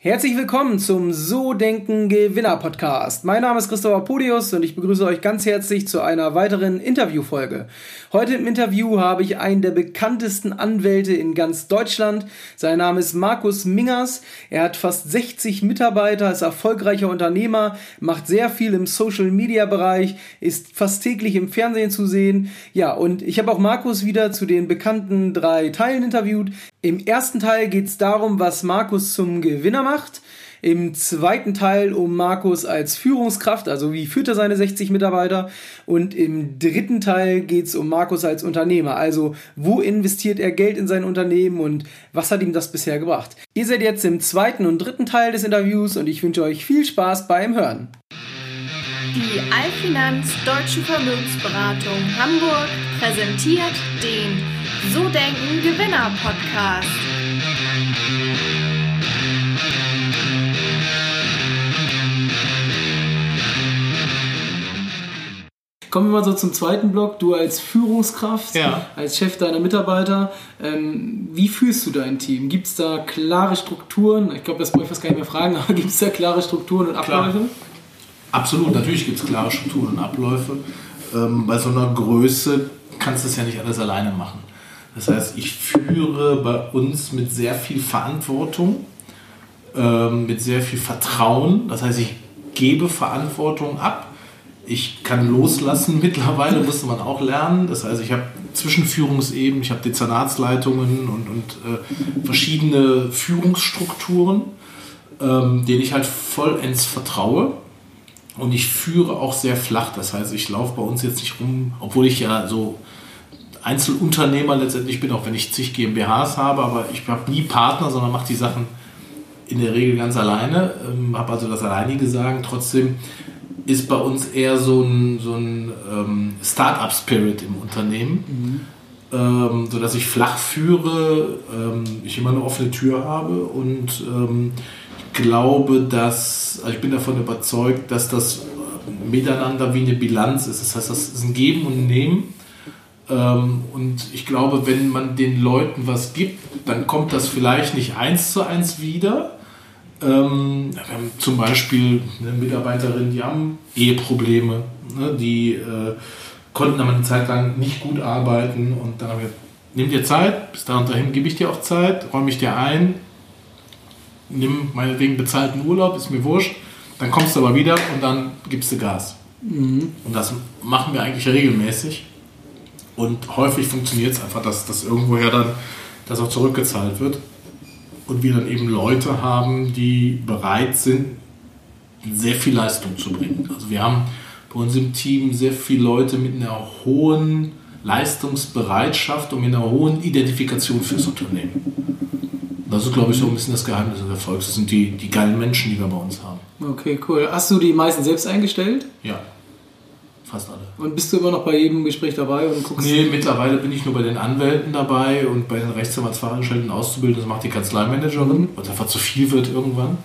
Herzlich willkommen zum So Denken Gewinner Podcast. Mein Name ist Christopher Podius und ich begrüße euch ganz herzlich zu einer weiteren Interviewfolge. Heute im Interview habe ich einen der bekanntesten Anwälte in ganz Deutschland. Sein Name ist Markus Mingers. Er hat fast 60 Mitarbeiter, ist erfolgreicher Unternehmer, macht sehr viel im Social-Media-Bereich, ist fast täglich im Fernsehen zu sehen. Ja, und ich habe auch Markus wieder zu den bekannten 3 Teilen interviewt. Im ersten Teil geht es darum, was Markus zum Gewinner macht. Im zweiten Teil um Markus als Führungskraft, also wie führt er seine 60 Mitarbeiter. Und im dritten Teil geht es um Markus als Unternehmer, also wo investiert er Geld in sein Unternehmen und was hat ihm das bisher gebracht. Ihr seid jetzt im zweiten und dritten Teil des Interviews und ich wünsche euch viel Spaß beim Hören. Die Allfinanz Deutsche Vermögensberatung Hamburg präsentiert den So Denken Gewinner Podcast. Kommen wir mal so zum zweiten Block. Du als Führungskraft, als Chef deiner Mitarbeiter, wie führst du dein Team? Gibt es da klare Strukturen? Ich glaube, das brauche ich fast gar nicht mehr fragen, aber gibt es da klare Strukturen und Abläufe? Klar. Absolut, natürlich gibt es klare Strukturen und Abläufe. Bei so einer Größe kannst du es ja nicht alles alleine machen. Das heißt, ich führe bei uns mit sehr viel Verantwortung, mit sehr viel Vertrauen. Das heißt, ich gebe Verantwortung ab. Ich kann loslassen mittlerweile, musste man auch lernen. Das heißt, ich habe Zwischenführungsebenen, ich habe Dezernatsleitungen und verschiedene Führungsstrukturen, denen ich halt vollends vertraue. Und ich führe auch sehr flach. Das heißt, ich laufe bei uns jetzt nicht rum, obwohl ich ja so Einzelunternehmer letztendlich bin, auch wenn ich zig GmbHs habe, aber ich habe nie Partner, sondern mache die Sachen in der Regel ganz alleine, habe also das alleinige Sagen. Trotzdem ist bei uns eher so ein Start-up-Spirit im Unternehmen, sodass ich flach führe, ich immer eine offene Tür habe und ich glaube, also ich bin davon überzeugt, dass das miteinander wie eine Bilanz ist. Das heißt, das ist ein Geben und ein Nehmen. Und ich glaube, wenn man den Leuten was gibt, dann kommt das vielleicht nicht 1:1 wieder. Wir haben zum Beispiel eine Mitarbeiterin, die haben Eheprobleme, ne, die konnten aber eine Zeit lang nicht gut arbeiten und dann haben wir, nimm dir Zeit, bis da und dahin gebe ich dir auch Zeit, räume ich dir ein, nimm meinetwegen bezahlten Urlaub, ist mir wurscht, dann kommst du aber wieder und dann gibst du Gas. Mhm. Und das machen wir eigentlich regelmäßig und häufig funktioniert es einfach, dass irgendwoher dann das auch zurückgezahlt wird. Und wir dann eben Leute haben, die bereit sind, sehr viel Leistung zu bringen. Also wir haben bei uns im Team sehr viele Leute mit einer hohen Leistungsbereitschaft und mit einer hohen Identifikation fürs Unternehmen. Das ist, glaube ich, so ein bisschen das Geheimnis des Erfolgs. Das sind die geilen Menschen, die wir bei uns haben. Okay, cool. Hast du die meisten selbst eingestellt? Ja, fast alle. Und bist du immer noch bei jedem Gespräch dabei und guckst? Nee, mittlerweile bin ich nur bei den Anwälten dabei und bei den Rechtsanwaltsfachangestellten auszubilden. Das macht die Kanzleimanagerin, weil es einfach zu viel wird irgendwann.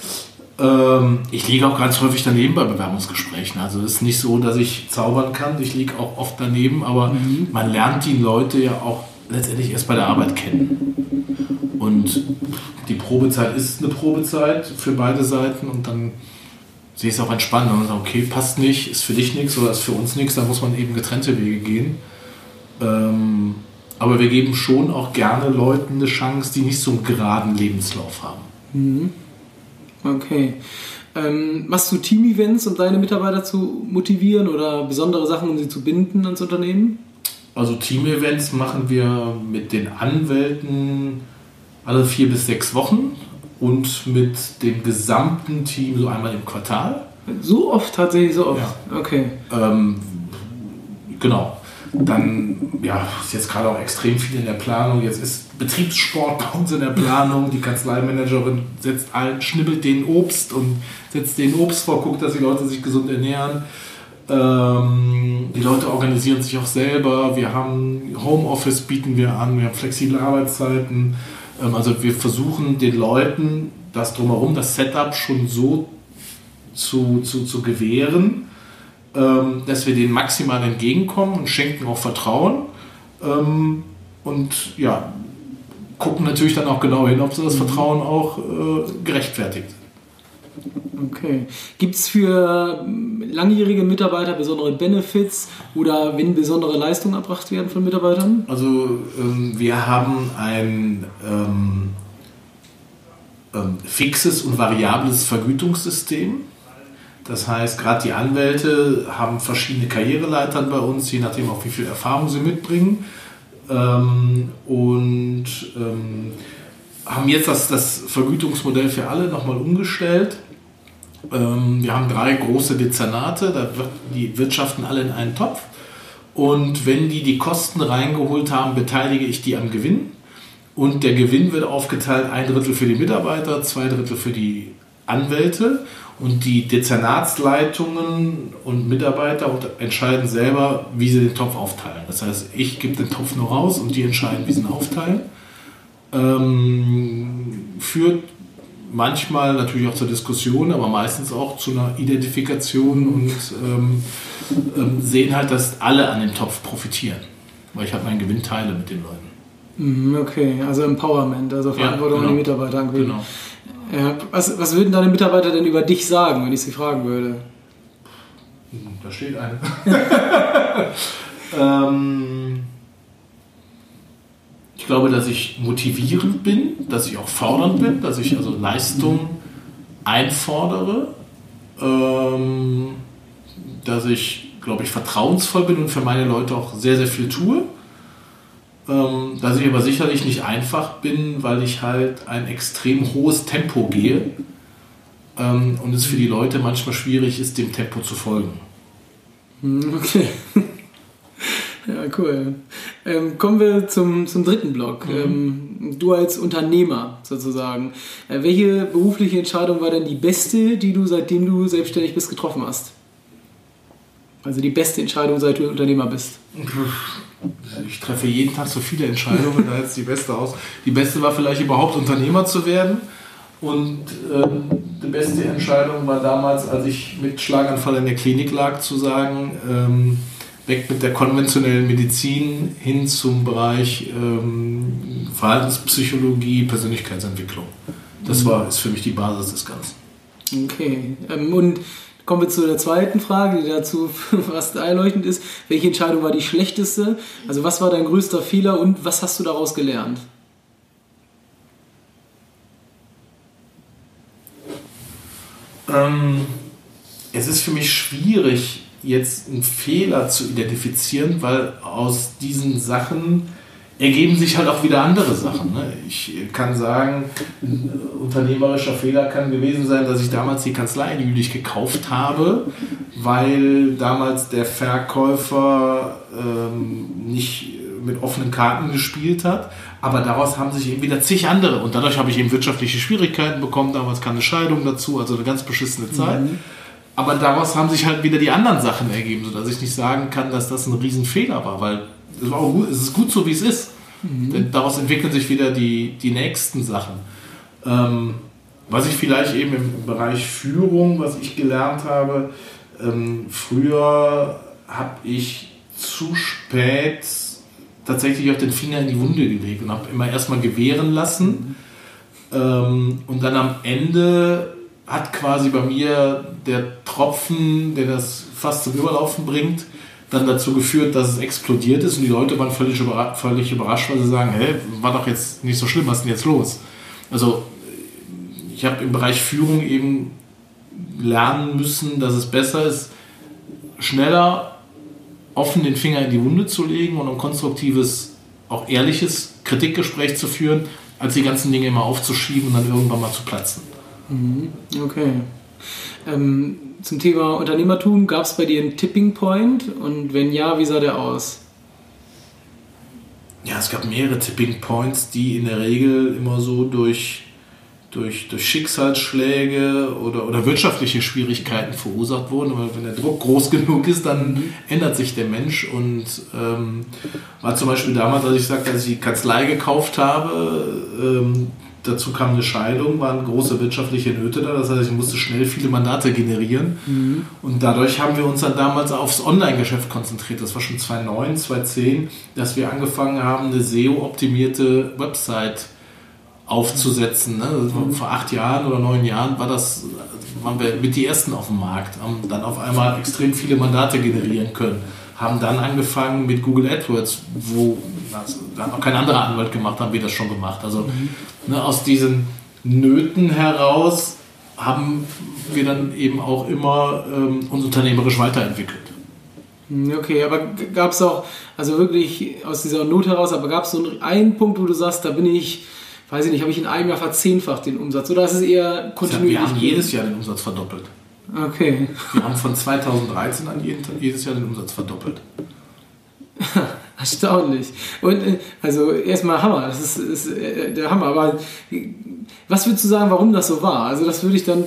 Ich liege auch ganz häufig daneben bei Bewerbungsgesprächen. Also es ist nicht so, dass ich zaubern kann. Ich liege auch oft daneben, aber man lernt die Leute ja auch letztendlich erst bei der Arbeit kennen. Und die Probezeit ist eine Probezeit für beide Seiten und dann sehe ich es auch entspannt und sage, okay, passt nicht, ist für dich nichts oder ist für uns nichts, da muss man eben getrennte Wege gehen. Aber wir geben schon auch gerne Leuten eine Chance, die nicht so einen geraden Lebenslauf haben. Mhm. Okay. Machst du Team-Events, um deine Mitarbeiter zu motivieren oder besondere Sachen, um sie zu binden ans Unternehmen? Also Team-Events machen wir mit den Anwälten alle 4 bis 6 Wochen. Und mit dem gesamten Team so einmal im Quartal. So oft, tatsächlich so oft? Ja. Okay. Genau. Dann ist jetzt gerade auch extrem viel in der Planung. Jetzt ist Betriebssport bei uns in der Planung. Die Kanzleimanagerin schnibbelt den Obst und setzt den Obst vor, guckt, dass die Leute sich gesund ernähren. Die Leute organisieren sich auch selber. Wir haben Homeoffice, bieten wir an. Wir haben flexible Arbeitszeiten. Also wir versuchen den Leuten das Drumherum, das Setup schon so zu gewähren, dass wir denen maximal entgegenkommen und schenken auch Vertrauen. Und ja, gucken natürlich dann auch genau hin, ob sie das Vertrauen auch gerechtfertigt. Okay. Gibt es für langjährige Mitarbeiter besondere Benefits oder wenn besondere Leistungen erbracht werden von Mitarbeitern? Also wir haben ein fixes und variables Vergütungssystem. Das heißt, gerade die Anwälte haben verschiedene Karriereleitern bei uns, je nachdem auch wie viel Erfahrung sie mitbringen. Und haben jetzt das Vergütungsmodell für alle nochmal umgestellt. Wir haben 3 große Dezernate, die wirtschaften alle in einen Topf. Und wenn die Kosten reingeholt haben, beteilige ich die am Gewinn. Und der Gewinn wird aufgeteilt, 1/3 für die Mitarbeiter, 2/3 für die Anwälte. Und die Dezernatsleitungen und Mitarbeiter entscheiden selber, wie sie den Topf aufteilen. Das heißt, ich gebe den Topf nur raus und die entscheiden, wie sie ihn aufteilen. Führt manchmal natürlich auch zur Diskussion, aber meistens auch zu einer Identifikation und sehen halt, dass alle an dem Topf profitieren. Weil ich halt meinen Gewinn teile mit den Leuten. Okay, also Empowerment, also Verantwortung an die Mitarbeiter angeben. Genau. Ja, was würden deine Mitarbeiter denn über dich sagen, wenn ich sie fragen würde? Da steht eine. Ich glaube, dass ich motivierend bin, dass ich auch fordernd bin, dass ich also Leistung einfordere, dass ich, glaube ich, vertrauensvoll bin und für meine Leute auch sehr, sehr viel tue. Dass ich aber sicherlich nicht einfach bin, weil ich halt ein extrem hohes Tempo gehe und es für die Leute manchmal schwierig ist, dem Tempo zu folgen. Okay. Ja, cool. Kommen wir zum dritten Block. Du als Unternehmer sozusagen. Welche berufliche Entscheidung war denn die beste, die du, seitdem du selbstständig bist, getroffen hast? Also die beste Entscheidung, seit du Unternehmer bist. Ich treffe jeden Tag so viele Entscheidungen, da jetzt die beste aus. Die beste war vielleicht überhaupt Unternehmer zu werden. Und die beste Entscheidung war damals, als ich mit Schlaganfall in der Klinik lag, zu sagen, weg mit der konventionellen Medizin hin zum Bereich Verhaltenspsychologie, Persönlichkeitsentwicklung. Das ist für mich die Basis des Ganzen. Okay. Und kommen wir zu der zweiten Frage, die dazu fast einleuchtend ist. Welche Entscheidung war die schlechteste? Also was war dein größter Fehler und was hast du daraus gelernt? Es ist für mich schwierig, jetzt einen Fehler zu identifizieren, weil aus diesen Sachen ergeben sich halt auch wieder andere Sachen. Ne? Ich kann sagen, ein unternehmerischer Fehler kann gewesen sein, dass ich damals die Kanzlei in Jülich gekauft habe, weil damals der Verkäufer nicht mit offenen Karten gespielt hat. Aber daraus haben sich eben wieder zig andere. Und dadurch habe ich eben wirtschaftliche Schwierigkeiten bekommen. Damals kam eine Scheidung dazu, also eine ganz beschissene Zeit. Aber daraus haben sich halt wieder die anderen Sachen ergeben, sodass ich nicht sagen kann, dass das ein Riesenfehler war, weil es war auch gut, es ist gut so, wie es ist. Denn daraus entwickeln sich wieder die nächsten Sachen. Was ich vielleicht eben im Bereich Führung, was ich gelernt habe, früher habe ich zu spät tatsächlich auch den Finger in die Wunde gelegt und habe immer erstmal gewähren lassen. Und dann am Ende hat quasi bei mir der Tropfen, der das fast zum Überlaufen bringt, dann dazu geführt, dass es explodiert ist und die Leute waren völlig überrascht, weil sie sagen, hey, war doch jetzt nicht so schlimm, was ist denn jetzt los? Also ich habe im Bereich Führung eben lernen müssen, dass es besser ist, schneller offen den Finger in die Wunde zu legen und ein konstruktives, auch ehrliches Kritikgespräch zu führen, als die ganzen Dinge immer aufzuschieben und dann irgendwann mal zu platzen. Okay. Zum Thema Unternehmertum, gab es bei dir einen Tipping Point? Und wenn ja, wie sah der aus? Ja, es gab mehrere Tipping Points, die in der Regel immer so durch Schicksalsschläge oder wirtschaftliche Schwierigkeiten verursacht wurden. Aber wenn der Druck groß genug ist, dann ändert sich der Mensch. Und war zum Beispiel damals, als ich sagte, als ich die Kanzlei gekauft habe, dazu kam eine Scheidung, waren große wirtschaftliche Nöte da. Das heißt, ich musste schnell viele Mandate generieren. Und dadurch haben wir uns dann damals aufs Online-Geschäft konzentriert. Das war schon 2009, 2010, dass wir angefangen haben, eine SEO-optimierte Website aufzusetzen. Ne? Vor 8 Jahren oder 9 Jahren waren wir mit die Ersten auf dem Markt, haben dann auf einmal extrem viele Mandate generieren können. Haben dann angefangen mit Google AdWords, wo da hat noch kein anderer Anwalt gemacht, haben wir das schon gemacht. Also aus diesen Nöten heraus haben wir dann eben auch immer uns unternehmerisch weiterentwickelt. Okay, aber gab es auch, also wirklich aus dieser Not heraus, aber gab es so einen Punkt, wo du sagst, da bin ich, weiß ich nicht, habe ich in einem Jahr verzehnfacht den Umsatz, oder ist es eher kontinuierlich? Wir haben jedes Jahr den Umsatz verdoppelt. Okay. Wir haben von 2013 an jedes Jahr den Umsatz verdoppelt. Erstaunlich. Und also erstmal Hammer, das ist der Hammer. Aber was würdest du sagen, warum das so war? Also das würde ich dann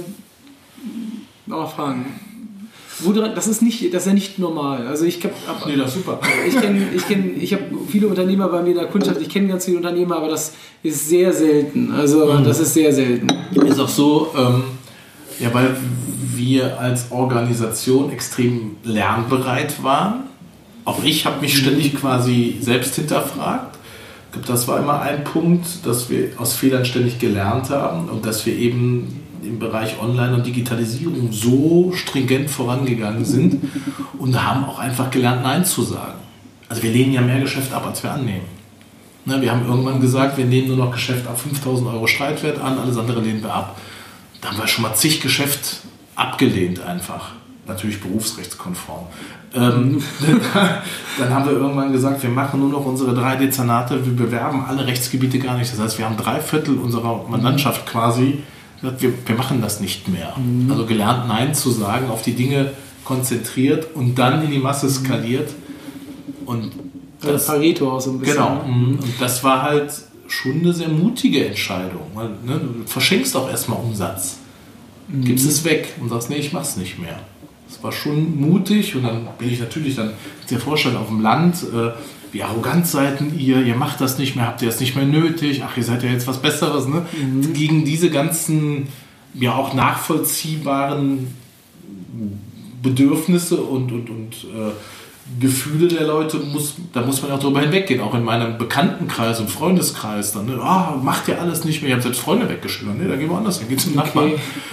mal fragen. Das ist ja nicht normal. Also ich nee, das ist super. Ich habe viele Unternehmer bei mir in der Kundschaft, ich kenne ganz viele Unternehmer, aber das ist sehr selten. Also das ist sehr selten. Ist auch so, weil wir als Organisation extrem lernbereit waren. Auch ich habe mich ständig quasi selbst hinterfragt. Ich glaube, das war immer ein Punkt, dass wir aus Fehlern ständig gelernt haben und dass wir eben im Bereich Online und Digitalisierung so stringent vorangegangen sind und haben auch einfach gelernt, Nein zu sagen. Also wir lehnen ja mehr Geschäft ab, als wir annehmen. Wir haben irgendwann gesagt, wir nehmen nur noch Geschäft ab 5.000 Euro Streitwert an, alles andere lehnen wir ab. Da haben wir schon mal zig Geschäft abgelehnt einfach. Natürlich berufsrechtskonform. Dann haben wir irgendwann gesagt, wir machen nur noch unsere 3 Dezernate, wir bewerben alle Rechtsgebiete gar nicht. Das heißt, wir haben 3/4 unserer Mandantschaft quasi gesagt, wir machen das nicht mehr. Also gelernt, Nein zu sagen, auf die Dinge konzentriert und dann in die Masse skaliert. Und das Pareto auch so ein bisschen. Genau. Und das war halt schon eine sehr mutige Entscheidung. Weil, du verschenkst auch erstmal Umsatz. Gibst es weg und sagst, nee, ich mach's nicht mehr. Das war schon mutig und dann bin ich natürlich dann dir vorstellen auf dem Land, wie arrogant seid ihr macht das nicht mehr, habt ihr das nicht mehr nötig, ach, ihr seid ja jetzt was Besseres. Ne? Gegen diese ganzen auch nachvollziehbaren Bedürfnisse und Gefühle der Leute, muss man auch drüber hinweggehen, auch in meinem Bekanntenkreis und Freundeskreis. Dann, macht ja alles nicht mehr, ich habe selbst Freunde weggeschüttelt, da gehen wir anders hin, geht zum Nachbarn.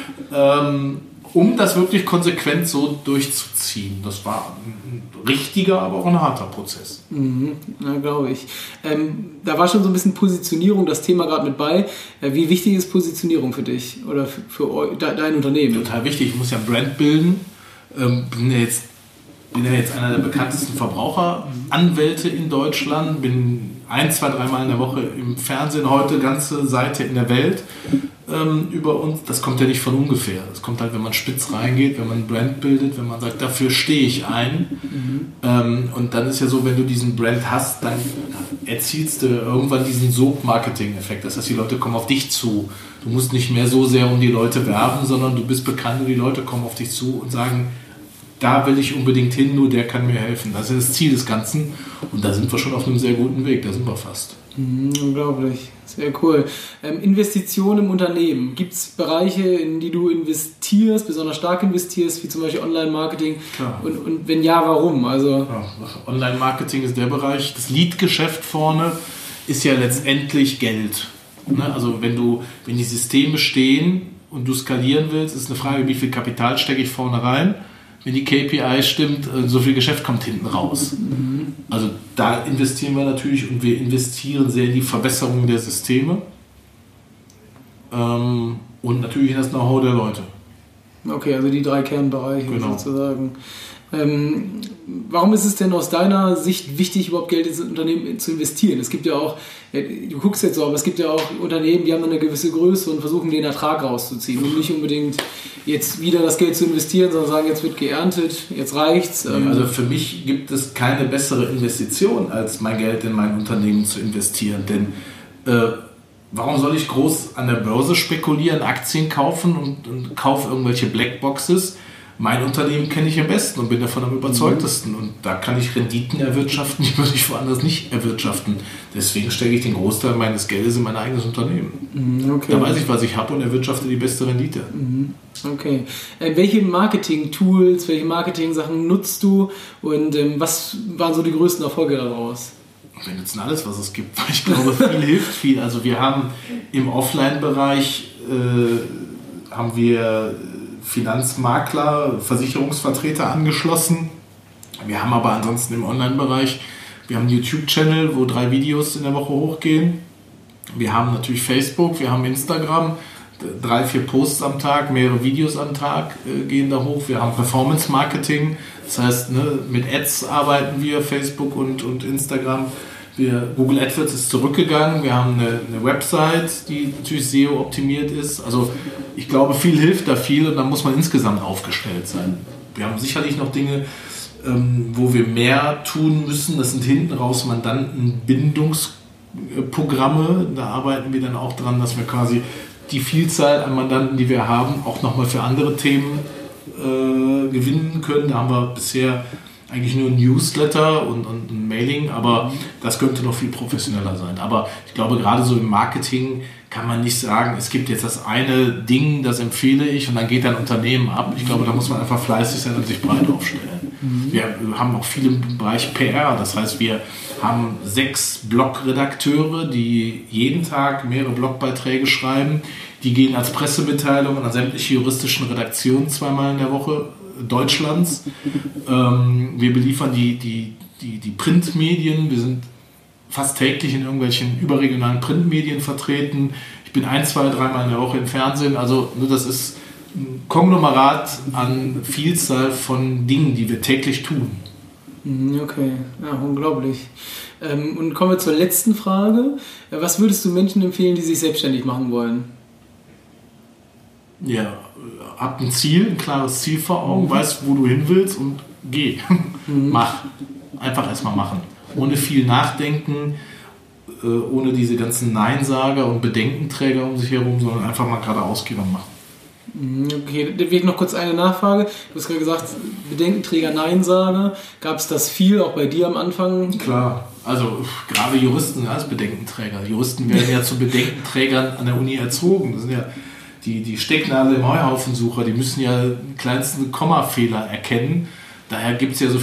Um das wirklich konsequent so durchzuziehen. Das war ein richtiger, aber auch ein harter Prozess. Ja, glaube ich. Da war schon so ein bisschen Positionierung, das Thema gerade mit bei. Wie wichtig ist Positionierung für dich oder für dein Unternehmen? Total wichtig. Ich muss ja ein Brand bilden. Bin ja jetzt einer der bekanntesten Verbraucheranwälte in Deutschland. Bin 1, 2, 3 Mal in der Woche im Fernsehen, heute ganze Seite in der Welt über uns. Das kommt ja nicht von ungefähr. Das kommt halt, wenn man spitz reingeht, wenn man ein Brand bildet, wenn man sagt, dafür stehe ich ein. Und dann ist ja so, wenn du diesen Brand hast, dann erzielst du irgendwann diesen Sog-Marketing-Effekt. Das heißt, die Leute kommen auf dich zu. Du musst nicht mehr so sehr um die Leute werben, sondern du bist bekannt und die Leute kommen auf dich zu und sagen, da will ich unbedingt hin, nur der kann mir helfen. Das ist das Ziel des Ganzen. Und da sind wir schon auf einem sehr guten Weg. Da sind wir fast. Unglaublich. Sehr cool. Investitionen im Unternehmen. Gibt es Bereiche, in die du investierst, besonders stark investierst, wie zum Beispiel Online-Marketing? Und wenn ja, warum? Online-Marketing ist der Bereich. Das Lead-Geschäft vorne ist ja letztendlich Geld. Also wenn die Systeme stehen und du skalieren willst, ist eine Frage, wie viel Kapital stecke ich vorne rein. Wenn die KPI stimmt, so viel Geschäft kommt hinten raus. Also da investieren wir natürlich und wir investieren sehr in die Verbesserung der Systeme und natürlich in das Know-how der Leute. Okay, also die 3 Kernbereiche sozusagen. Warum ist es denn aus deiner Sicht wichtig, überhaupt Geld ins Unternehmen zu investieren? Es gibt ja auch, du guckst jetzt so, aber es gibt ja auch Unternehmen, die haben eine gewisse Größe und versuchen den Ertrag rauszuziehen und nicht unbedingt jetzt wieder das Geld zu investieren, sondern sagen, jetzt wird geerntet, jetzt reicht's. Also für mich gibt es keine bessere Investition, als mein Geld in mein Unternehmen zu investieren, denn warum soll ich groß an der Börse spekulieren, Aktien kaufen und kaufe irgendwelche Blackboxes? mein Unternehmen kenne ich am besten und bin davon am überzeugtesten. Und da kann ich Renditen erwirtschaften, die würde ich woanders nicht erwirtschaften. Deswegen stecke ich den Großteil meines Geldes in mein eigenes Unternehmen. Okay. Da weiß ich, was ich habe und erwirtschafte die beste Rendite. Okay. Welche Marketing-Tools, welche Marketing-Sachen nutzt du und was waren so die größten Erfolge daraus? Wir nutzen alles, was es gibt, weil ich glaube, viel hilft viel. Also wir haben im Offline-Bereich haben wir Finanzmakler, Versicherungsvertreter angeschlossen. Wir haben aber ansonsten im Online-Bereich, wir haben einen YouTube-Channel, wo 3 Videos in der Woche hochgehen. Wir haben natürlich Facebook, wir haben Instagram, 3-4 Posts am Tag, mehrere Videos am Tag gehen da hoch. Wir haben Performance-Marketing, das heißt, mit Ads arbeiten wir, Facebook und Instagram. Google AdWords ist zurückgegangen, wir haben eine Website, die natürlich SEO-optimiert ist. Also ich glaube, viel hilft da viel und dann muss man insgesamt aufgestellt sein. Wir haben sicherlich noch Dinge, wo wir mehr tun müssen. Das sind hinten raus Mandantenbindungsprogramme. Da arbeiten wir dann auch dran, dass wir quasi die Vielzahl an Mandanten, die wir haben, auch nochmal für andere Themen gewinnen können. Da haben wir bisher eigentlich nur ein Newsletter und ein Mailing, aber das könnte noch viel professioneller sein. Aber ich glaube, gerade so im Marketing kann man nicht sagen, es gibt jetzt das eine Ding, das empfehle ich und dann geht ein Unternehmen ab. Ich glaube, da muss man einfach fleißig sein und sich breit aufstellen. Wir haben auch viel im Bereich PR, das heißt, wir haben 6 Blogredakteure, die jeden Tag mehrere Blogbeiträge schreiben. Die gehen als Pressemitteilung an sämtliche juristischen Redaktionen 2-mal in der Woche Deutschlands. Wir beliefern die Printmedien. Wir sind fast täglich in irgendwelchen überregionalen Printmedien vertreten. Ich bin 1, 2, 3 Mal in der Woche im Fernsehen. Also das ist ein Konglomerat an Vielzahl von Dingen, die wir täglich tun. Okay, ja, unglaublich. Und kommen wir zur letzten Frage. Was würdest du Menschen empfehlen, die sich selbstständig machen wollen? Ja, hab ein Ziel, ein klares Ziel vor Augen, weißt, wo du hin willst und geh. Mach. Einfach erstmal machen. Ohne viel Nachdenken, ohne diese ganzen Neinsager und Bedenkenträger um sich herum, sondern einfach mal geradeaus gehen und machen. Okay, da will ich noch kurz eine Nachfrage. Du hast gerade gesagt, Bedenkenträger, Neinsager. Gab es das viel, auch bei dir am Anfang? Klar, also gerade Juristen als Bedenkenträger. Juristen werden ja zu Bedenkenträgern an der Uni erzogen. Das sind ja die Stecknadel im Heuhaufensucher, die müssen ja den kleinsten Kommafehler erkennen. Daher gibt es ja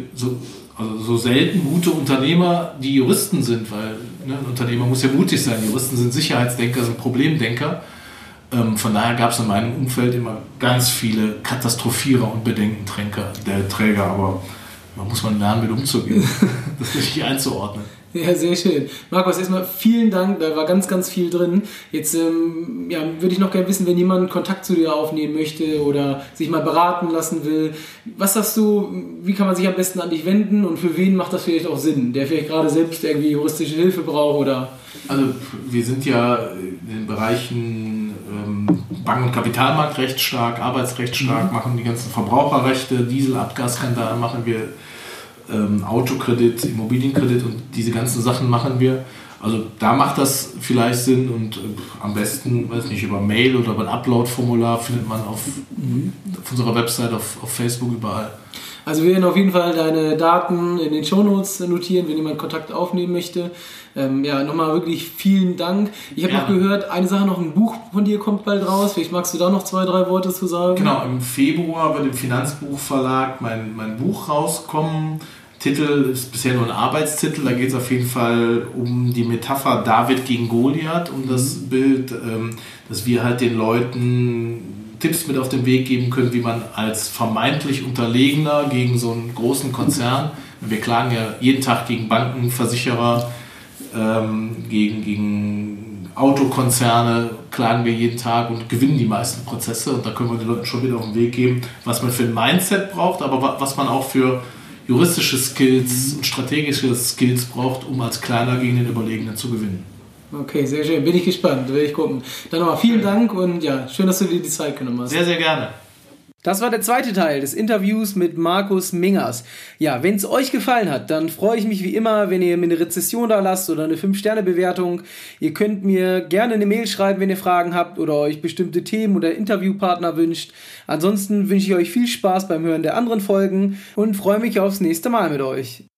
so selten gute Unternehmer, die Juristen sind, weil ein Unternehmer muss ja mutig sein. Juristen sind Sicherheitsdenker, sind Problemdenker. Von daher gab es in meinem Umfeld immer ganz viele Katastrophierer und Bedenkenträger, aber da muss man lernen, mit umzugehen, das richtig einzuordnen. Ja, sehr schön. Markus, erstmal vielen Dank, da war ganz, ganz viel drin. Jetzt würde ich noch gerne wissen, wenn jemand Kontakt zu dir aufnehmen möchte oder sich mal beraten lassen will, was sagst du, wie kann man sich am besten an dich wenden und für wen macht das vielleicht auch Sinn, der vielleicht gerade selbst irgendwie juristische Hilfe braucht oder... Also wir sind ja in den Bereichen Bank- und Kapitalmarkt recht stark, Arbeitsrecht stark, machen die ganzen Verbraucherrechte, Diesel-Abgasskandal machen wir, Autokredit, Immobilienkredit und diese ganzen Sachen machen wir. Also da macht das vielleicht Sinn und am besten, weiß nicht, über Mail oder über ein Upload-Formular findet man auf unserer Website, auf Facebook, überall. Also wir werden auf jeden Fall deine Daten in den Shownotes notieren, wenn jemand Kontakt aufnehmen möchte. Nochmal wirklich vielen Dank. Ich habe noch gehört, eine Sache noch, ein Buch von dir kommt bald raus. Vielleicht magst du da noch 2, 3 Worte zu sagen? Genau, im Februar wird im Finanzbuchverlag mein Buch rauskommen. Titel ist bisher nur ein Arbeitstitel, da geht es auf jeden Fall um die Metapher David gegen Goliath, um das Bild, dass wir halt den Leuten Tipps mit auf den Weg geben können, wie man als vermeintlich Unterlegener gegen so einen großen Konzern, wir klagen ja jeden Tag gegen Banken, Versicherer, gegen Autokonzerne, klagen wir jeden Tag und gewinnen die meisten Prozesse und da können wir den Leuten schon wieder auf den Weg geben, was man für ein Mindset braucht, aber was man auch für juristische Skills und strategische Skills braucht, um als Kleiner gegen den Überlegenen zu gewinnen. Okay, sehr schön. Bin ich gespannt. Will ich gucken. Dann nochmal vielen Dank und ja, schön, dass du dir die Zeit genommen hast. Sehr, sehr gerne. Das war der zweite Teil des Interviews mit Markus Mingers. Ja, wenn es euch gefallen hat, dann freue ich mich wie immer, wenn ihr mir eine Rezession da lasst oder eine 5-Sterne-Bewertung. Ihr könnt mir gerne eine Mail schreiben, wenn ihr Fragen habt oder euch bestimmte Themen oder Interviewpartner wünscht. Ansonsten wünsche ich euch viel Spaß beim Hören der anderen Folgen und freue mich aufs nächste Mal mit euch.